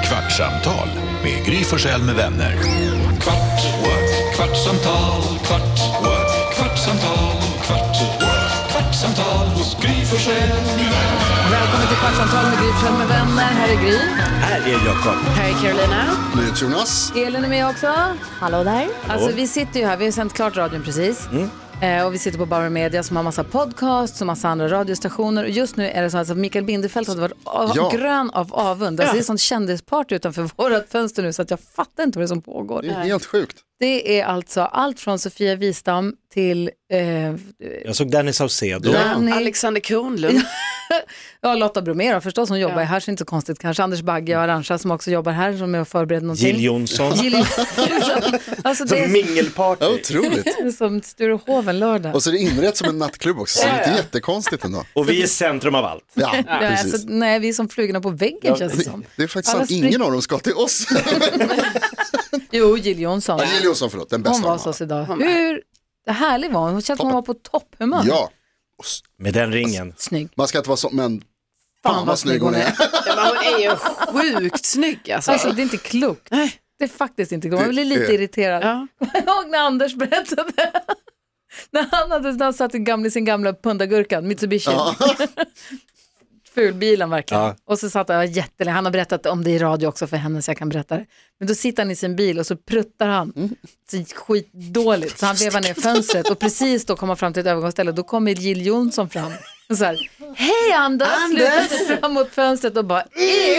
Kvartsamtal med Gry Forssell med vänner. Kvart, what? Kvartsamtal, kvart, what? Kvartsamtal, kvart, what? Kvartsamtal hos Gry Forssell med vänner. Välkommen till Kvartsamtal med Gry Forssell med vänner. Här är Gry. Här är Jakob. Här är Carolina. Jonas. Elin är med också. Hallå där. Alltså vi sitter ju här, vi har sänt klart radion precis. Och vi sitter på Bauer Media som har massa podcasts och massa andra radiostationer. Och just nu är det så att Mikael Bindefeld har varit grön av avund. Alltså det är sånt kändisparty utanför vårat fönster nu så att jag fattar inte vad det är som pågår. Det är helt sjukt. Det är alltså allt från Sofia Wistam till... Jag såg Danny Saucedo. Alexander Kronlund. Ja, Lotta Bromera förstås, hon jobbar här, så är inte så konstigt kanske. Anders Bagge och Arantxa som också jobbar här, som är och förbereder någonting. Jill Johnson. Alltså, det är som mingelparty. Ja, otroligt. Som Sturehoven lördag. Och så är det inrett som en nattklubb också, så det är inte jättekonstigt ändå. Och vi är centrum av allt. Ja, precis. Alltså, nej, vi är som flugorna på väggen känns det som. Det är faktiskt sant, ingen av dem ska till oss. Jo, Jill Johnson. Ja, Jill Johnson, förlåt, den bästa. Hon var hos oss idag. Hur härlig var hon? Hon känns som hon var på topphumör. Ja. Med den ringen. Snygg. Man ska inte vara så, men fan vad snygg hon är. Ja, men hon är ju sjukt snygg alltså. Alltså det är inte klokt. Nej. Det är faktiskt inte klokt. Man blir lite irriterad. Ja. Jag ihåg när Anders berättade. När han satt i sin gamla pundagurkan, Mitsubishi. Ja. Fulbilen verkligen. Ja. Och så satt han jättelänge. Han har berättat om det i radio också för henne så jag kan berätta det. Men då sitter han i sin bil och så pruttar han. Så skitdåligt. Så han vevar ner fönstret och precis då kommer han fram till ett övergångsställe. Då kommer Jill Johnson fram. Och så här, hej Anders! Slutar sig fram mot fönstret och bara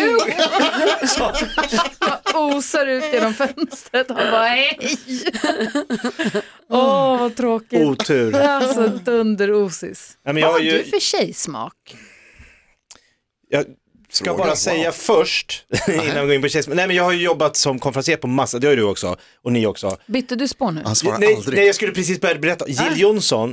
han osar ut genom fönstret och han bara hej! Vad tråkigt. Otur. Alltså dunderosis. Ja, men jag Vad har har ju... du för tjejsmak? Jag ska bara säga först innan vi går in på tjejsmak. Nej, men jag har ju jobbat som konferencier på massa, det har ju du också och ni också. Bytte du spår nu? Han svarar aldrig. Nej, jag skulle precis börja berätta. Jill Johnson,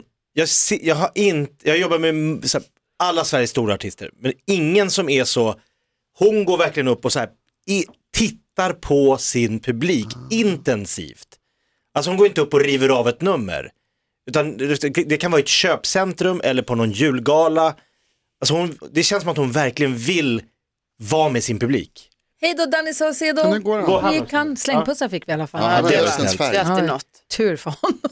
jag jobbar med så här, alla Sveriges stora artister, men ingen som är så, hon går verkligen upp och så här, tittar på sin publik intensivt. Alltså hon går inte upp och river av ett nummer, utan det kan vara ett köpcentrum eller på någon julgala. Alltså det känns som att hon verkligen vill vara med sin publik. Hej då Danny Saucedo. Kan det gå då? Vi kan slängpussar fick vi i alla fall. Ja, det är Det är alltid något. Tur för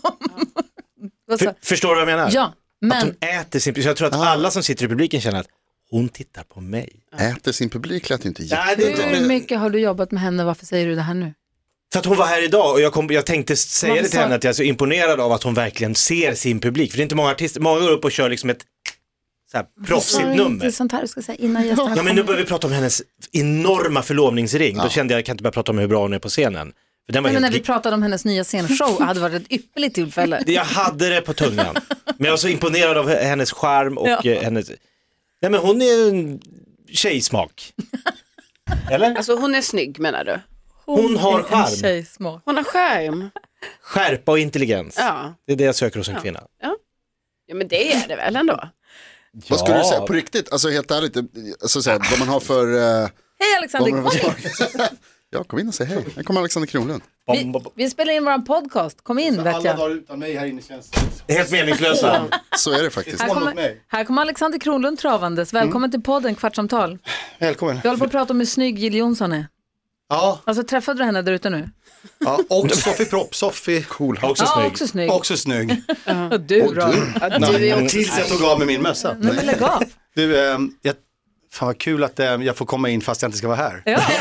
honom. Förstår du vad jag menar? Ja, Att men hon äter sin publik. Så jag tror att alla som sitter i publiken känner att hon tittar på mig. Äter sin publik lät inte Nej, det är jättebra. hur mycket har du jobbat med henne? Varför säger du det här nu? För att hon var här idag och jag tänkte säga Varför det till henne att jag är så imponerad av att hon verkligen ser sin publik. För det är inte många artister, många går upp och kör liksom ett så här proffsigt nummer. Det är sånt här du ska säga innan gästerna Ja, men nu börjar vi prata om hennes enorma förlovningsring. Då kände jag kan inte bara prata om hur bra hon är på scenen. För den var men när helt vi pratade om hennes nya scenshow hade varit ett ypperligt tillfälle. Jag hade det på tungan. Men jag var så imponerad av hennes charm och hennes... Nej, men hon är en tjejsmak. Eller? Alltså hon är snygg menar du? Hon har En charm. tjejsmak. Hon har skärm. Skärpa och intelligens. Ja. Det är det jag söker hos en kvinna. Ja men det är det väl ändå. Vad skulle du säga, på riktigt? Alltså helt ärligt, alltså, så här, vad man har för... Hej Alexander, vad man kom har in. för Ja, kom in och säg hej. Här kommer Alexander Kronlund. Vi spelar in våran podcast. Kom in vet jag. dagar utan mig här inne känns Helt meningslösa. Så är det faktiskt. Här kommer Alexander Kronlund travandes. Välkommen till podden Kvartsamtal. Välkommen. Vi håller på att prata om hur snygg Jill Johnson är. Ja, Alltså träffade du henne där ute nu? ja, och Sofie Propp, Sofie Cool. Också snygg. Också snygg. också snygg. Och du då? Nej, tills jag tog av med min mössa. Nej, men lägg av. Du, fan vad kul att jag får komma in fast jag inte ska vara här.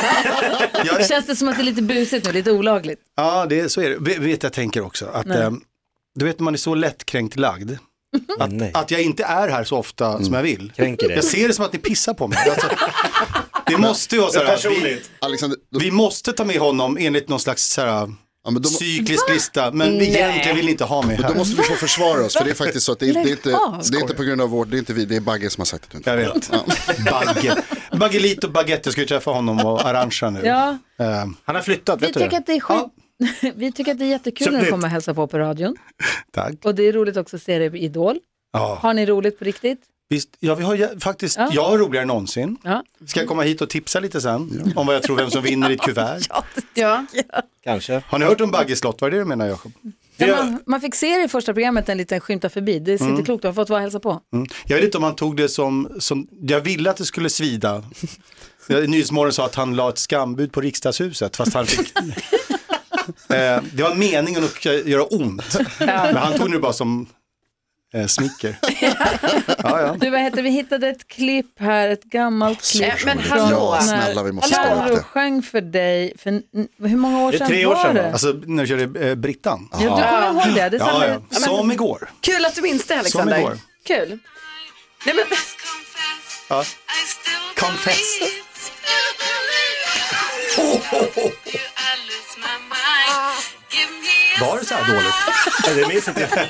Ja. Känns det som att det är lite busigt nu, lite olagligt? Ja, så är det. Vet jag tänker också att du vet man är så lättkränkt lagd. Att jag inte är här så ofta som jag vill. Kränker det. Jag ser det som att ni pissar på mig. Alltså, det måste ju vara så här. Alexander, Vi måste ta med honom enligt någon slags så här, men då, cyklisk lista. Men egentligen vill ni inte ha mig då här. måste vi få försvara oss, för det är faktiskt så att det är Lägg inte på grund av det är inte vi, det är Bagge som har sagt att du inte Jag vet. Bagge. Baggelito och Baguette, jag ska ju träffa honom och arrangera nu. Ja. Han har flyttat, Vi vet du tycker det? att det är skit. Vi tycker att det är jättekul när du kommer och hälsa på radion. Tack. Och det är roligt också att se dig på Idol. Ja. Har ni roligt på riktigt? Visst, ja, vi har faktiskt, jag har roligare än någonsin. Ja. Ska jag komma hit och tipsa lite sen om vad jag tror vem som vinner i ett kuvert? Ja. Kanske. Har ni hört om Baggeslott? Vad är det du menar, Jakob? Man fick se det i första programmet en liten skymta förbi. Det sitter klokt, du har fått vara och hälsa på. Jag vet inte om han tog det som jag ville att det skulle svida. Nyhetsmorgon sa att han la ett skambud på riksdagshuset fast han fick... det var meningen att göra ont. Men han tog det bara som smicker. Ja. Du, vad heter vi hittade ett klipp här, ett gammalt klipp. Men hallå, snälla, vi måste spara upp Carro det. sjöng för dig för hur många år sedan 3 år var sedan, det? va? Alltså när du körde Brittan. Ja, du kommer ihåg det. Det är samma... Ja. Som igår. kul att du minns det, Alexander. Som igår. Kul. Nej, men... Ja. Confess. Var det så här dåligt? Det minns inte jag.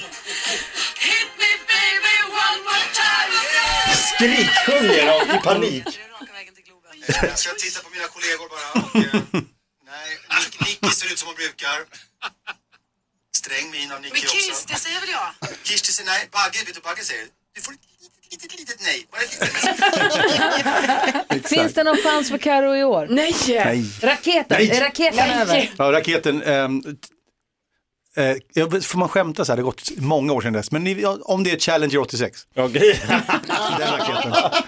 Skriksjunger av i panik. Jag ska titta på mina kollegor bara. Och, nej, Nicky ser ut som hon brukar. Sträng min av Nicky också. Men Kirsti säger väl jag? Kirsti säger nej. Bagge, vet du Bagge säger? Du får ett litet nej. Bara ett Finns det någon chans för Carro i år? Nej. Raketen, Nej. är raketen över? Ja, raketen. Får man skämta så här, det har gått många år sedan dess. Men om det är Challenger 86. Okej. Den raketen.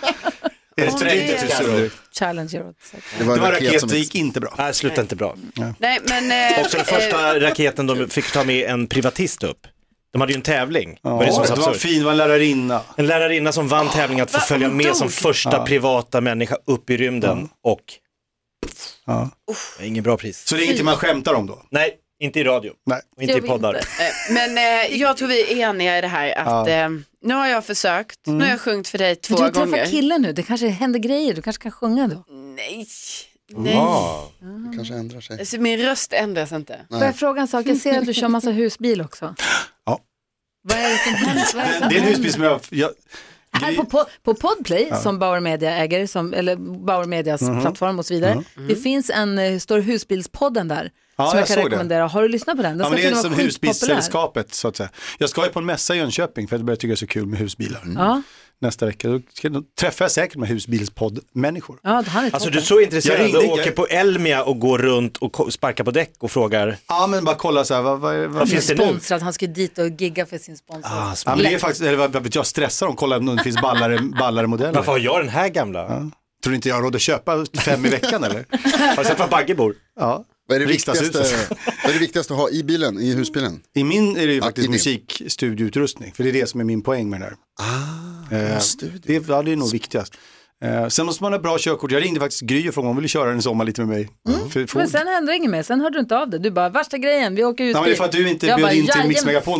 Challenger 86. Det var en raket som gick inte bra. Nej, slutade inte bra. Nej, men... Också den första raketen de fick ta med en privatist upp. De hade ju en tävling. Ja, det var fin, det var en lärarinna. En lärarinna som vann tävlingen att få följa med som första privata människa upp i rymden. Och ingen bra pris. Så det är ingenting man skämtar om då? Nej, inte i radio. Nej. Och inte i poddar. Men jag tror vi är eniga i det här att nu har jag försökt, nu har jag sjungit för dig 2 gånger. Du träffar killen nu, det kanske händer grejer, du kanske kan sjunga då. Nej. Det kanske ändrar sig. Alltså, min röst ändras inte. Får jag fråga en sak? Jag ser att du kör massa husbil också. Ja. Vad är det som händer? Det är en husbil som jag här på Podplay som Bauer Media äger, eller Bauer Medias plattform och så vidare. Det finns står husbilspodden där som jag kan rekommendera. Det. Har du lyssnat på den? Men det är som husbilssällskapet så att säga. Jag ska ju på en mässa i Jönköping för att jag tycker det är så kul med husbilar. Nästa vecka. Då träffar jag säkert med husbilspodd-människor. Ja, alltså du är så intresserad att åka på Elmia och gå runt och sparka på däck och frågar. Ja, men bara kolla så här, vad finns det nu? Sponsrad, han ska dit och gigga för sin sponsor. Ja, men det är faktiskt, eller jag stressar dem, kolla om det finns ballare modeller. Varför har jag den här gamla? Ja. Tror du inte jag har råd att köpa 5 i veckan eller? Har du sett vad Bagge bor? Ja. Vad är det viktigaste att ha i bilen, i husbilen? I min är det ju faktiskt musikstudioutrustning, för det är det som är min poäng med den här. Det är nog viktigast. Sen måste man ha bra körkort. Jag ringde faktiskt Gry och frågade om hon ville köra en sommar lite med mig. Men sen händer inget mer, sen hör du inte av det. Du bara, värsta grejen, vi åker ut. Ja, men det är för att du inte bjöd in till Mix Megapol.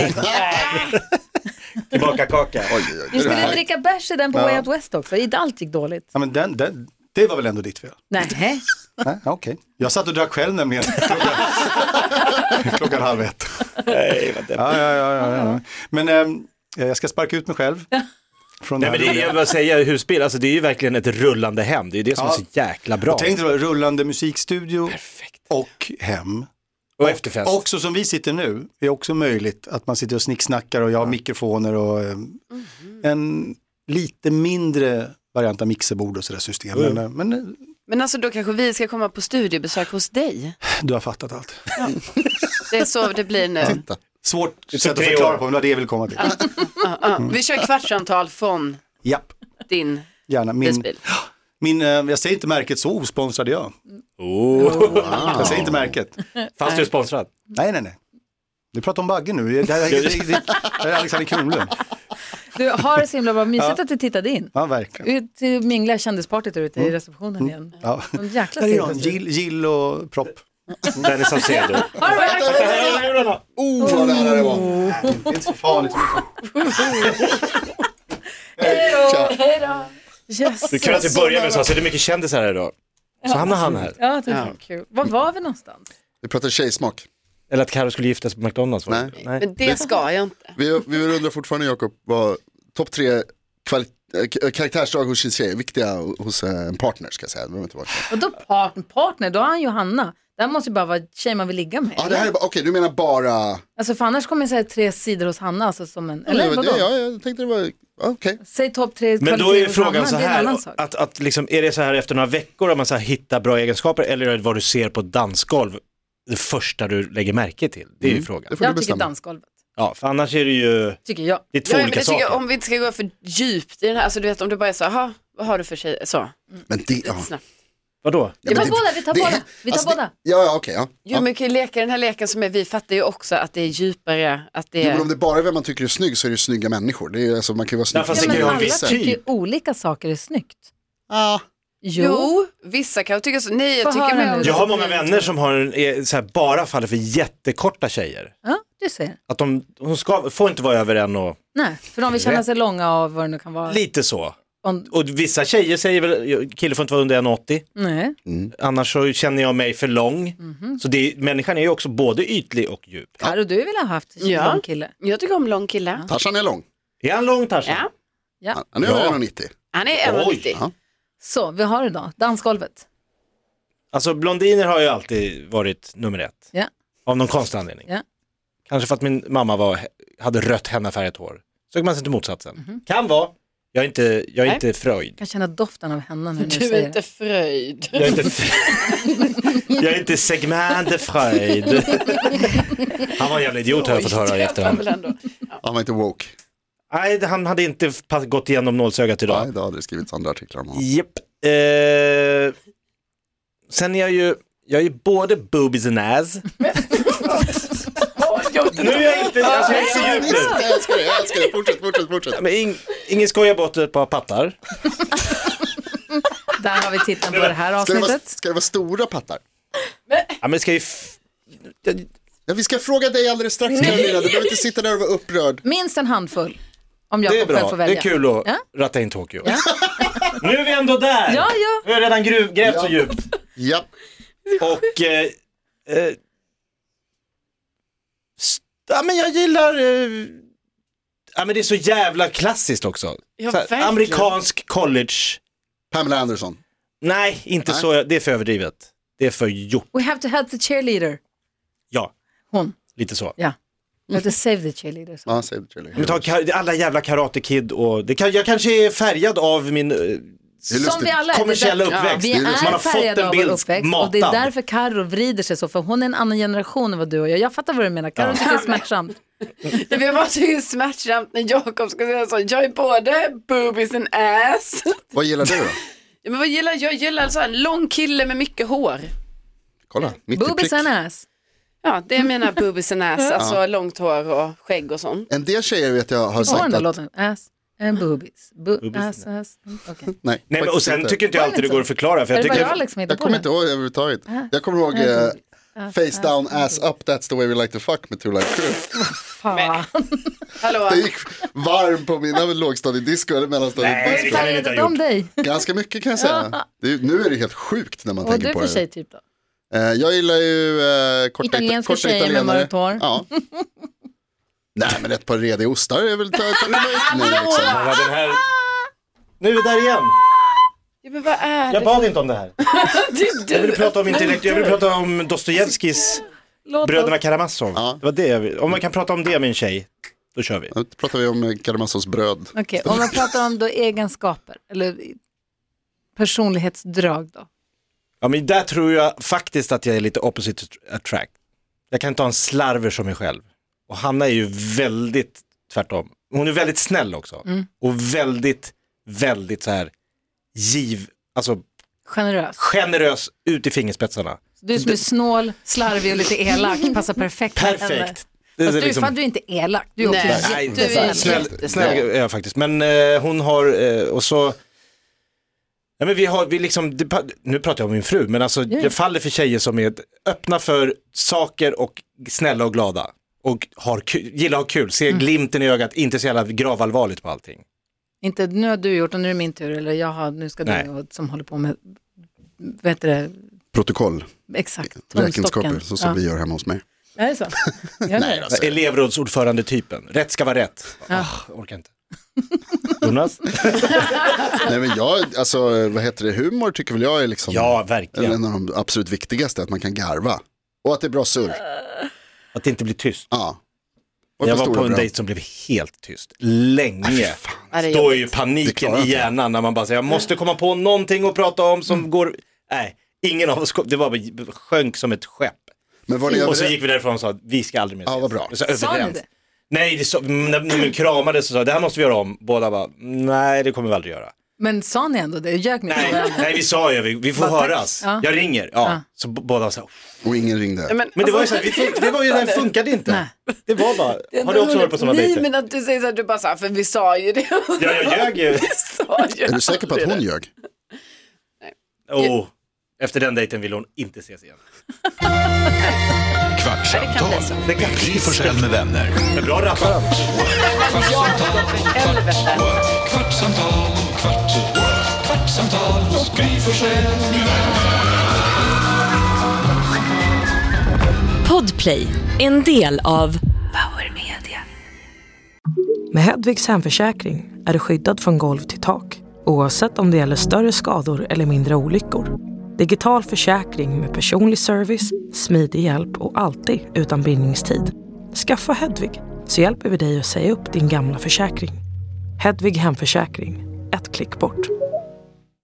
Tillbaka kaka. Vi skulle dricka bärs i den på Way Out West också. Inte allt gick dåligt. Ja, men det var väl ändå ditt fel? Nej. Nej, okej. Jag satt och drack själv nämligen klockan 12:30. Nej, vad det ja. Men jag ska sparka ut mig själv. Nej, men det är, jag vill säga, husbil, alltså det är ju verkligen ett rullande hem. Det är det som är så jäkla bra. Jag tänkte då, rullande musikstudio. Perfekt. Och hem. Och efterfest. Också som vi sitter nu är också möjligt att man sitter och snicksnackar och jag har mikrofoner och en lite mindre variant av mixerbord och sådär system. Men alltså då kanske vi ska komma på studiebesök hos dig. Du har fattat allt. Ja. Det är så det blir nu. Svårt sätt att förklara på, men det är det jag vill komma till. Vi kör kvartsamtal från din husbil. Jag säger inte märket, så osponsrad jag. Jag säger inte märket. Fast du är sponsrad. Nej. Du pratar om Bagge nu. Det är Alexander Kronlund. Du har det så himla bra mysigt att du tittade in. Ja, verkligen. Ut till mingla kändispartyt ute i receptionen igen. Ja. En jäkla där är Gill och Propp. Den är Salcedo. Vad nära det var. Det är inte så farligt. Hej då. Yes. Du kan inte börja med så är det mycket kändisar här idag. Så hamnar han här. Ja, det är kul. Var var vi någonstans? Vi pratar tjejsmak. Eller att Carro skulle giftas på McDonalds. Nej. Men det ska jag inte. Vi undrar fortfarande, Jakob, vad topp 3 karaktärsdrag hos tjejer, viktiga hos en partner, ska jag säga. Och då partner, då har han Johanna. Det här måste ju bara vara tjej man vill ligga med. Ja, det här är okej, du menar bara... Alltså för annars kommer jag säga 3 sidor hos Hanna. Alltså som en, eller vadå? Ja, jag tänkte det var... Okej. Säg topp 3 Men då är frågan Hanna, så här, att liksom, är det så här efter några veckor att man så här hittar bra egenskaper, eller är det vad du ser på ett dansgolv det första du lägger märke till? Det är ju frågan. Det får du Jag tycker bestämma. dansgolvet. Ja, för annars är det ju, Tycker jag. det är två olika jag tycker, saker. om vi inte ska gå för djupt i den här, alltså du vet om du bara är så, aha, vad har du för tjej, så. Men det, Lite ja. snabbt. Vadå? Vi tar men båda, vi tar båda. Vi tar alltså båda. Ja, okej. Ja. Jo men kan ju leka den här leken som är, vi fattar ju också att det är djupare, att det Jo, men är... om det bara är vem man tycker är snygg så är det snygga människor. Det är, alltså, man kan ju vara snygg. Ja, fast Ja, det men kan ju ha en alla viss tycker ju typ. olika saker är snyggt. Ja. Jo, vissa kan tycka så, nej jag Få tycker höra mer nu. om Jag har många vänner som är så här, bara faller för jättekorta tjejer. Ja, du ser. Att de får inte vara över en och Nej, för de vill känna sig långa och vad det nu kan vara. lite så. Om, Och vissa tjejer säger väl, killar får inte vara under 1,80. nej. Annars så känner jag mig för lång. Så människan är ju också både ytlig och djup. Karo, du vill ha haft en Ja. lång kille. Jag tycker om lång kille. Tarzan är lång. Är han lång, Tarzan? Ja, Ja. Han är Ja. över 1,90. han är 1,90. Ja. Så, vi har idag dansgolvet. Alltså blondiner har ju alltid varit nummer 1. Ja. Av någon konstig anledning. Ja. Kanske för att min mamma hade rött hennafärgat hår. Söker man sig till motsatsen. Kan vara. Jag är inte Freud. Jag kan känna doften av henne nu när du Du är säger inte fröjd. Jag är inte, jag är inte Sigmund de Freud. Han var en jävla idiot har jag fått höra i efterhand. Han var inte woke. Nej, han hade inte gått igenom nålsögat idag. Nej, det hade det skrivits andra artiklar om honom. Japp. Sen är jag är både boobies and ass. Nu är jag inte, alltså jag är inte så djup nu. Jag älskar det. Fortsätt. Men ingen skojar bort ett par pattar. Där har vi titeln på det här Ska det avsnittet. vara stora pattar? Ja, men det ska ju... Ja, vi ska fråga dig alldeles strax, Karolina. Du behöver inte sitta där och vara upprörd. Minst en handfull. Om Det är jag själv bra, får det välja. är kul att Ja. ratta in Tokyo. Nu är vi ändå där! Ja. Vi har redan grävt så djupt. Ja. Och... ja, men jag gillar... ja, men det är så jävla klassiskt också. Ja, Så här, verkligen. amerikansk college... Pamela Anderson. Nej, inte Nej. så. Det är för överdrivet. Det är för gjort. We have to help the cheerleader. Ja, Hon. lite så. Ja. We have to save the cheerleader. Så. Ja, säg det till Vi tar alla jävla Karate Kid och jag kanske är färgad av min Som vi alla är. kommersiella Det där- uppväxt. Vi Det är det som man är har fått färgade en av vår bild uppväxt matad. och det är därför Karo vrider sig så, för hon är en annan generation än vad du och jag. Jag fattar vad du menar. Karo tycker det är smärtsamt. Det blir bara så smärtsamt när Jakob ska säga så. Jag är både boobies and ass. Vad gillar du då? Ja, men vad gillar jag? Jag gillar alltså en lång kille med mycket hår. Kolla, mitt i Boobies prick. and ass. Ja, det är mina boobies and ass. Alltså långt hår och skägg och sånt. En del tjejer vet jag har Och sagt den där att... låten. Ass and boobies. Ass. Okej. Nej, Nej, men, och faktiskt sen inte. tycker inte jag alltid det går att förklara. För Är jag det bara tycker, jag liksom hittar Jag på kommer det? inte ihåg överhuvudtaget. Jag kommer ihåg face down, ass up, that's the way we like to fuck med Two Life Crew. Fan. Hallå? Det gick varm på mina lågstadiedisco eller mellanstadiedisco. Nej, det kan jag inte ha Färgade de gjort. dig? Ganska mycket kan jag säga. Nu är det helt sjukt när man Och tänker du på för det. sig typ då? Jag gillar ju korta Italienska tjejer med italienare. mörkt hår. Ja. Nej, men ett par rediga ostar är väl ta nu liksom. Ja, den här... Nu är vi där igen. Ja, men vad är det? Jag bad inte om det här. Det Jag ville prata om intellekt. Jag ville prata om Dostojevskis Låt Bröderna oss- Karamazov. Ja. Det var det jag ville. Om man kan prata om det med en tjej, då kör vi. Nu pratar vi om Karamazovs bröd. Okej, om man pratar om då egenskaper eller personlighetsdrag då. Ja, men där tror jag faktiskt att jag är lite opposite attract. Jag kan inte ha en slarver som mig själv. Och Hanna är ju väldigt tvärtom. Hon är väldigt snäll också. Och väldigt, väldigt så här alltså Generös. generös ut i fingerspetsarna. Du som är snål, slarvig och lite elak passar perfekt med henne. Perfekt. Det är Fast du, liksom- fan, du är inte elak. Du är också Nej. Nej, Du är snäll är jag faktiskt. Men hon har, och så... Ja, men vi liksom, nu pratar jag om min fru, men alltså jag faller för tjejer som är öppna för saker och snälla och glada. Och gillar att ha kul, ser glimten i ögat, inte så jävla gravallvarligt på allting. Inte, nu har du gjort och nu är det min tur. Eller nu ska Nej. du och, som håller på med, vad heter det, Protokoll, exakt, räkenskaper, tumstocken. så som vi gör hemma hos mig. Är det så? Gör Nej, det? alltså, Elevrådsordförande-typen, rätt ska vara rätt. Orkar inte. Jonas? nej, men jag, alltså, vad heter det, humor tycker väl jag är liksom Ja, verkligen. en av de absolut viktigaste, att man kan garva. Och att det är bra surr. Att det inte blir tyst. Ja. Och Jag att var stora på en bröd. dejt som blev helt tyst. Länge. Ja, det är Då är ju jobbigt. Det paniken klarar jag i inte. hjärnan när man bara säger jag måste komma på någonting att prata om som går... Nej, ingen av oss, det var bara sjönk som ett skepp. Men var ni Och så överens? gick vi därifrån och sa att vi ska aldrig mer ses. Ja, vad bra. Så Sa ni överens. det? Nej, när vi kramades så sa det här måste vi göra om. Båda bara, nej det kommer vi aldrig göra. Men sa ni ändå det? Ljög ni på varandra? Nej, vi sa ju, vi får Bara, tack. höras. Ja. Jag ringer, Så båda sa, Och ingen ringde. men det var ju så här, det var ju, det funkade inte. Nej. Det var bara, har du också varit på sådana Nej, dejter? men att du säger så här, du bara så här, för vi sa ju det. Ja, jag ljög ju. Är du säker på att hon ljög? Efter den dejten vill hon inte ses igen. Kvartsamtal, Gry Forssell med vänner. Men bra rappat. Kvartsamtal, kvartsamtal hos Gry Forssell med vänner. Podplay, en del av Power Media. Med Hedvigs hemförsäkring är du skyddad från golv till tak, oavsett om det gäller större skador eller mindre olyckor. Digital försäkring med personlig service, smidig hjälp och alltid utan bindningstid. Skaffa Hedvig så hjälper vi dig att säga upp din gamla försäkring. Hedvig hemförsäkring, ett klick bort.